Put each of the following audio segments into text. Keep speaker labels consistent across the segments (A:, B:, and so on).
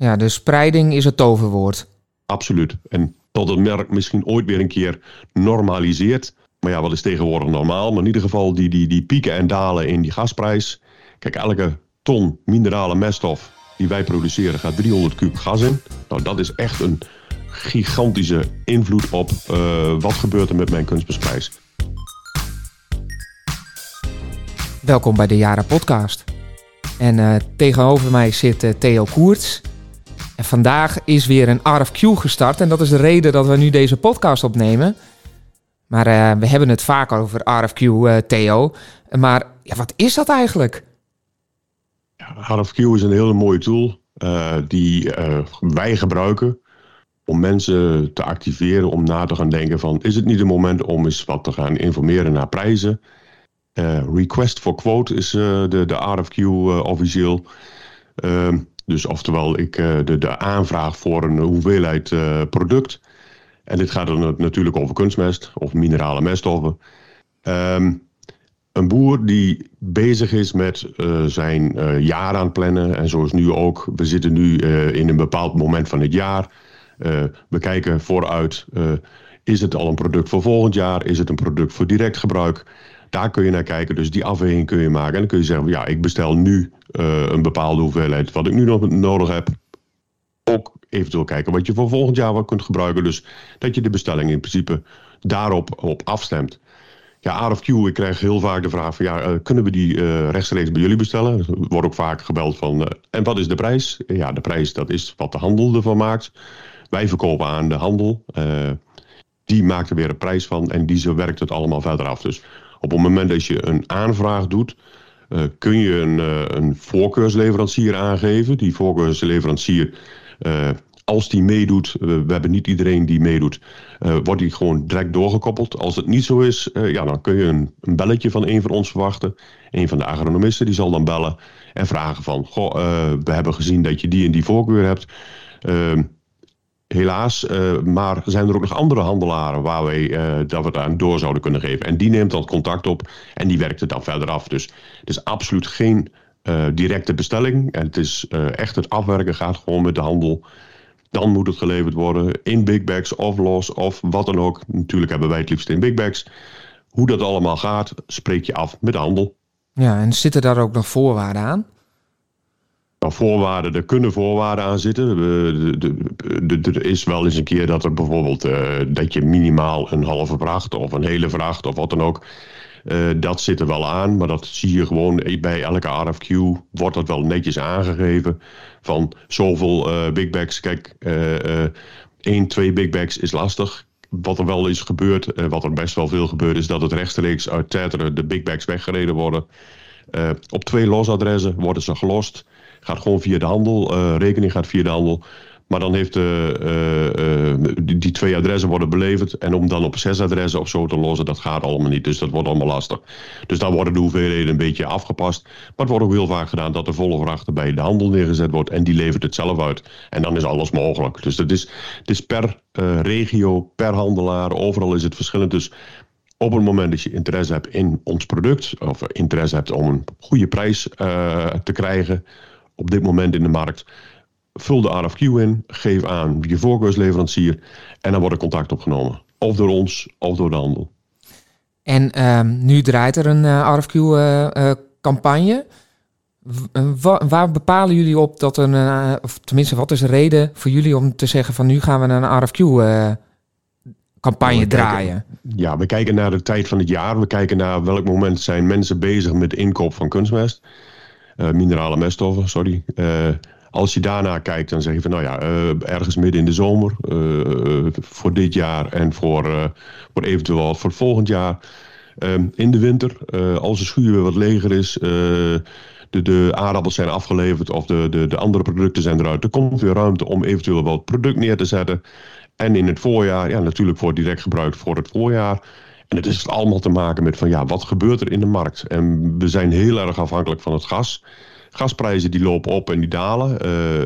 A: Ja, de spreiding is het toverwoord.
B: Absoluut. En tot het merk misschien ooit weer een keer normaliseert. Maar ja, wat is tegenwoordig normaal? Maar in ieder geval die pieken en dalen in die gasprijs. Kijk, elke ton minerale meststof die wij produceren gaat 300 kub gas in. Nou, dat is echt een gigantische invloed op wat gebeurt er met mijn kunstmestprijs.
A: Welkom bij de Yara Podcast. En tegenover mij zit Theo Koerts. En vandaag is weer een RFQ gestart. En dat is de reden dat we nu deze podcast opnemen. Maar we hebben het vaak over RFQ, Theo. Maar ja, wat is dat eigenlijk?
B: Ja, RFQ is een hele mooie tool die wij gebruiken om mensen te activeren om na te gaan denken van, is het niet een moment om eens wat te gaan informeren naar prijzen? Request for quote is de RFQ officieel. Dus oftewel de aanvraag voor een hoeveelheid product. En dit gaat dan natuurlijk over kunstmest of minerale meststoffen. Een boer die bezig is met zijn jaar aan het plannen. En zoals nu ook. We zitten nu in een bepaald moment van het jaar. We kijken vooruit. Is het al een product voor volgend jaar? Is het een product voor direct gebruik? Daar kun je naar kijken. Dus die afweging kun je maken. En dan kun je zeggen, ja, ik bestel nu een bepaalde hoeveelheid wat ik nu nog nodig heb. Ook eventueel kijken wat je voor volgend jaar wat kunt gebruiken. Dus dat je de bestelling in principe daarop afstemt. Ja, RFQ, ik krijg heel vaak de vraag van, ja, kunnen we die rechtstreeks bij jullie bestellen? Er wordt ook vaak gebeld van, en wat is de prijs? Ja, de prijs, dat is wat de handel ervan maakt. Wij verkopen aan de handel. Die maakt er weer een prijs van en die werkt het allemaal verder af. Dus op het moment dat je een aanvraag doet, kun je een voorkeursleverancier aangeven. Die voorkeursleverancier, als die meedoet, we hebben niet iedereen die meedoet, wordt die gewoon direct doorgekoppeld. Als het niet zo is, dan kun je een belletje van een van ons verwachten. Een van de agronomisten die zal dan bellen en vragen van, we hebben gezien dat je die en die voorkeur hebt. Helaas, maar zijn er ook nog andere handelaren waar wij dat we het aan door zouden kunnen geven. En die neemt dan contact op en die werkt het dan verder af. Dus het is absoluut geen directe bestelling. En het is echt het afwerken gaat gewoon met de handel. Dan moet het geleverd worden in big bags of los of wat dan ook. Natuurlijk hebben wij het liefst in big bags. Hoe dat allemaal gaat, spreek je af met de handel.
A: Ja, en zitten daar ook nog voorwaarden aan?
B: Er kunnen voorwaarden aan zitten. Er is wel eens een keer dat er bijvoorbeeld dat je minimaal een halve vracht of een hele vracht of wat dan ook. Dat zit er wel aan, maar dat zie je gewoon bij elke RFQ wordt dat wel netjes aangegeven. Van zoveel big bags. Kijk, 1, 2 big bags is lastig. Wat er wel is gebeurd, wat er best wel veel gebeurt, is dat het rechtstreeks uit Tetteren de big bags weggereden worden. Op 2 losadressen worden ze gelost. Gaat gewoon via de handel, rekening gaat via de handel. Maar dan heeft die 2 adressen worden beleverd. En om dan op 6 adressen of zo te lossen, dat gaat allemaal niet. Dus dat wordt allemaal lastig. Dus dan worden de hoeveelheden een beetje afgepast. Maar het wordt ook heel vaak gedaan dat de volle vracht bij de handel neergezet wordt. En die levert het zelf uit. En dan is alles mogelijk. Dus het is per regio, per handelaar. Overal is het verschillend. Dus op het moment dat je interesse hebt in ons product, of interesse hebt om een goede prijs te krijgen op dit moment in de markt, vul de RFQ in, geef aan je voorkeursleverancier en dan wordt er contact opgenomen. Of door ons, of door de handel.
A: En nu draait er een RFQ-campagne. Waar bepalen jullie op dat of tenminste, wat is de reden voor jullie om te zeggen van nu gaan we een RFQ-campagne draaien?
B: We kijken naar de tijd van het jaar. We kijken naar welk moment zijn mensen bezig met de inkoop van kunstmest. Minerale meststoffen, sorry. Als je daarna kijkt, dan zeg je van ergens midden in de zomer voor dit jaar en voor eventueel voor het volgend jaar. In de winter, als de schuur weer wat leger is, de aardappels zijn afgeleverd of de andere producten zijn eruit. Er komt weer ruimte om eventueel wat product neer te zetten. En in het voorjaar, natuurlijk voor direct gebruik voor het voorjaar. En het is allemaal te maken met van wat gebeurt er in de markt? En we zijn heel erg afhankelijk van het gas. Gasprijzen die lopen op en die dalen.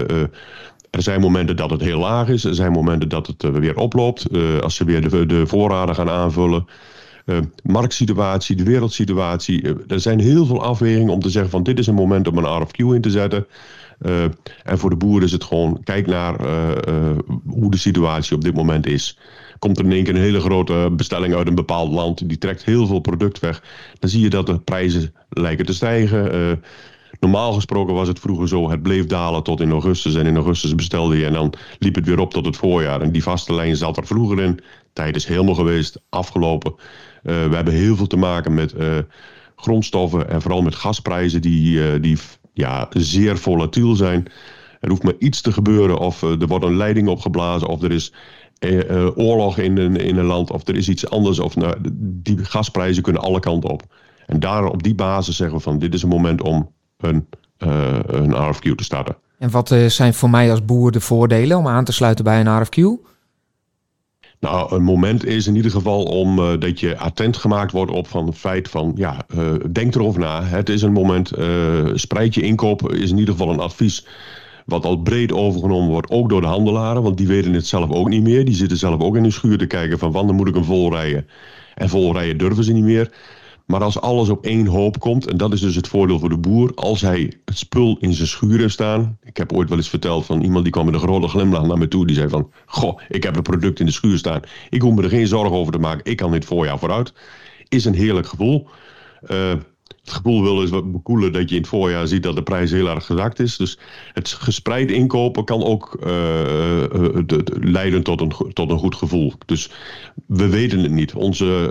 B: Er zijn momenten dat het heel laag is. Er zijn momenten dat het weer oploopt. Als ze weer de voorraden gaan aanvullen. marktsituatie, de wereldsituatie. Er zijn heel veel afwegingen om te zeggen van dit is een moment om een RFQ in te zetten. En voor de boer is het gewoon, kijk naar hoe de situatie op dit moment is. Komt er in één keer een hele grote bestelling uit een bepaald land, die trekt heel veel product weg. Dan zie je dat de prijzen lijken te stijgen. Normaal gesproken was het vroeger zo, het bleef dalen tot in augustus. En in augustus bestelde je en dan liep het weer op tot het voorjaar. En die vaste lijn zat er vroeger in. Tijd is helemaal geweest, afgelopen. We hebben heel veel te maken met grondstoffen en vooral met gasprijzen die zeer volatiel zijn. Er hoeft maar iets te gebeuren of er wordt een leiding opgeblazen of er is oorlog in een land of er is iets anders. Of die gasprijzen kunnen alle kanten op. En daar op die basis zeggen we van dit is een moment om een RFQ te starten.
A: En wat zijn voor mij als boer de voordelen om aan te sluiten bij een RFQ?
B: Nou, een moment is in ieder geval om dat je attent gemaakt wordt op van het feit van denk erover na. Het is een moment, spreid je inkoop is in ieder geval een advies wat al breed overgenomen wordt, ook door de handelaren, want die weten het zelf ook niet meer. Die zitten zelf ook in hun schuur te kijken van wanneer moet ik hem volrijden. En volrijden durven ze niet meer. Maar als alles op één hoop komt, en dat is dus het voordeel voor de boer, als hij het spul in zijn schuur heeft staan. Ik heb ooit wel eens verteld van iemand die kwam met een grote glimlach naar me toe. Die zei van, goh, ik heb het product in de schuur staan. Ik hoef me er geen zorgen over te maken. Ik kan dit voorjaar vooruit. Is een heerlijk gevoel. Het gevoel wil eens wat bekoelen dat je in het voorjaar ziet dat de prijs heel erg gezakt is. Dus het gespreid inkopen kan ook leiden tot een goed gevoel. Dus we weten het niet. Onze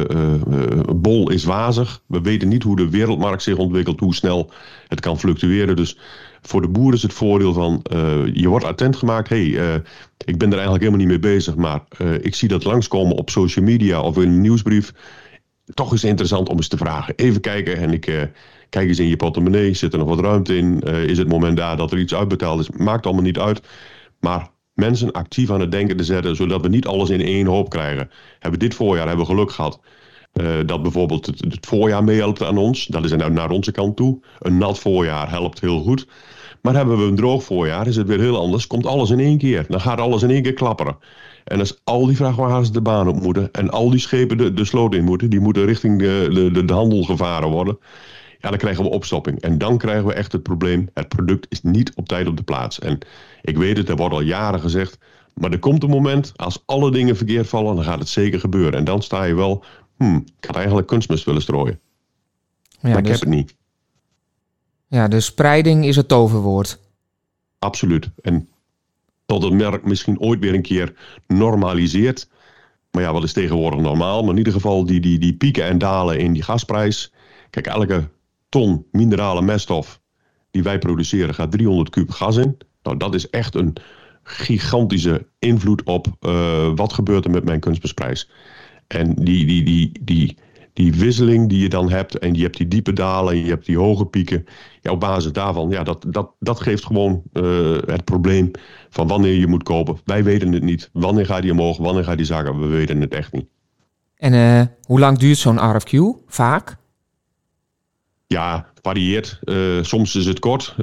B: bol is wazig. We weten niet hoe de wereldmarkt zich ontwikkelt, hoe snel het kan fluctueren. Dus voor de boer is het voordeel van je wordt attent gemaakt. Ik ben er eigenlijk helemaal niet mee bezig, maar ik zie dat langskomen op social media of in een nieuwsbrief. Toch is het interessant om eens te vragen. Even kijken en kijk eens in je portemonnee. Zit er nog wat ruimte in? Is het moment daar dat er iets uitbetaald is? Maakt allemaal niet uit. Maar mensen actief aan het denken te zetten, zodat we niet alles in één hoop krijgen. Dit voorjaar hebben we geluk gehad. Dat bijvoorbeeld het voorjaar meehelpt aan ons. Dat is naar onze kant toe. Een nat voorjaar helpt heel goed. Maar hebben we een droog voorjaar, is het weer heel anders. Komt alles in één keer. Dan gaat alles in één keer klapperen. En als al die vrachtwagens de baan op moeten en al die schepen de sloot in moeten, die moeten richting de handel gevaren worden, ja, dan krijgen we opstopping. En dan krijgen we echt het probleem, het product is niet op tijd op de plaats. En ik weet het, er wordt al jaren gezegd, maar er komt een moment, als alle dingen verkeerd vallen, dan gaat het zeker gebeuren. En dan sta je wel, ik had eigenlijk kunstmest willen strooien. Ja, maar ik heb het niet.
A: Ja, de spreiding is het toverwoord.
B: Absoluut. En tot het merk misschien ooit weer een keer normaliseert. Maar ja, wat is tegenwoordig normaal? Maar in ieder geval die pieken en dalen in die gasprijs. Kijk, elke ton minerale meststof die wij produceren gaat 300 kub gas in. Nou, dat is echt een gigantische invloed op wat gebeurt er met mijn kunstmestprijs. En die wisseling die je dan hebt, en je hebt die diepe dalen en je hebt die hoge pieken. Ja, op basis daarvan, ja, dat geeft gewoon het probleem van wanneer je moet kopen. Wij weten het niet. Wanneer gaat die omhoog, wanneer gaat die zakken? We weten het echt niet.
A: En hoe lang duurt zo'n RFQ? Vaak?
B: Ja, varieert. Soms is het kort.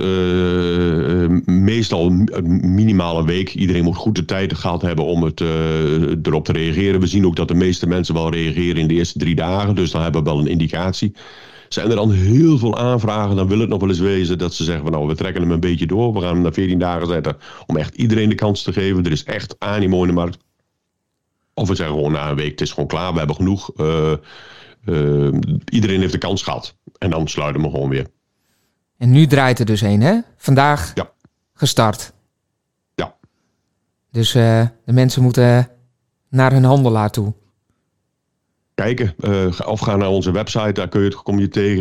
B: Meestal minimaal een week. Iedereen moet goed de tijd gehad hebben om erop te reageren. We zien ook dat de meeste mensen wel reageren in de eerste 3 dagen. Dus dan hebben we wel een indicatie. Zijn er dan heel veel aanvragen, dan wil het nog wel eens wezen dat ze zeggen van, nou, we trekken hem een beetje door. We gaan hem naar 14 dagen zetten om echt iedereen de kans te geven. Er is echt animo in de markt. Of we zeggen gewoon na een week, het is gewoon klaar, we hebben genoeg. Iedereen heeft de kans gehad. En dan sluiten we gewoon weer.
A: En nu draait er dus een, hè? Vandaag gestart.
B: Ja.
A: Dus de mensen moeten naar hun handelaar toe.
B: Kijken, of ga naar onze website, daar kom je tegen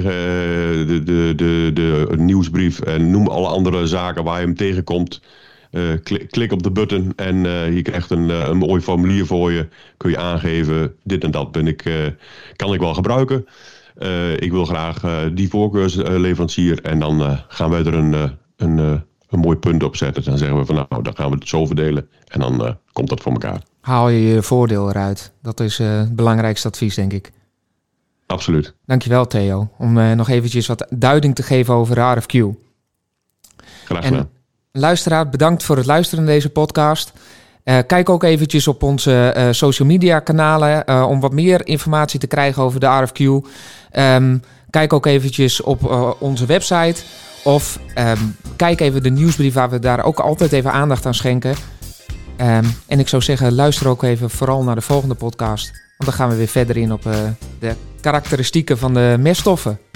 B: de nieuwsbrief en noem alle andere zaken waar je hem tegenkomt. Klik op de button en je krijgt een mooi formulier voor je. Kun je aangeven, dit en dat kan ik wel gebruiken. Ik wil graag die voorkeursleverancier en dan gaan wij er een mooi punt op zetten. Dan zeggen we van nou, dan gaan we het zo verdelen en dan komt dat voor elkaar.
A: Haal je je voordeel eruit. Dat is het belangrijkste advies, denk ik.
B: Absoluut.
A: Dankjewel, Theo. Om nog eventjes wat duiding te geven over de RFQ.
B: Graag gedaan.
A: Luisteraar, bedankt voor het luisteren naar deze podcast. Kijk ook eventjes op onze social media kanalen om wat meer informatie te krijgen over de RFQ. Kijk ook eventjes op onze website. Of kijk even de nieuwsbrief waar we daar ook altijd even aandacht aan schenken. En ik zou zeggen, luister ook even vooral naar de volgende podcast. Want dan gaan we weer verder in op de karakteristieken van de meststoffen.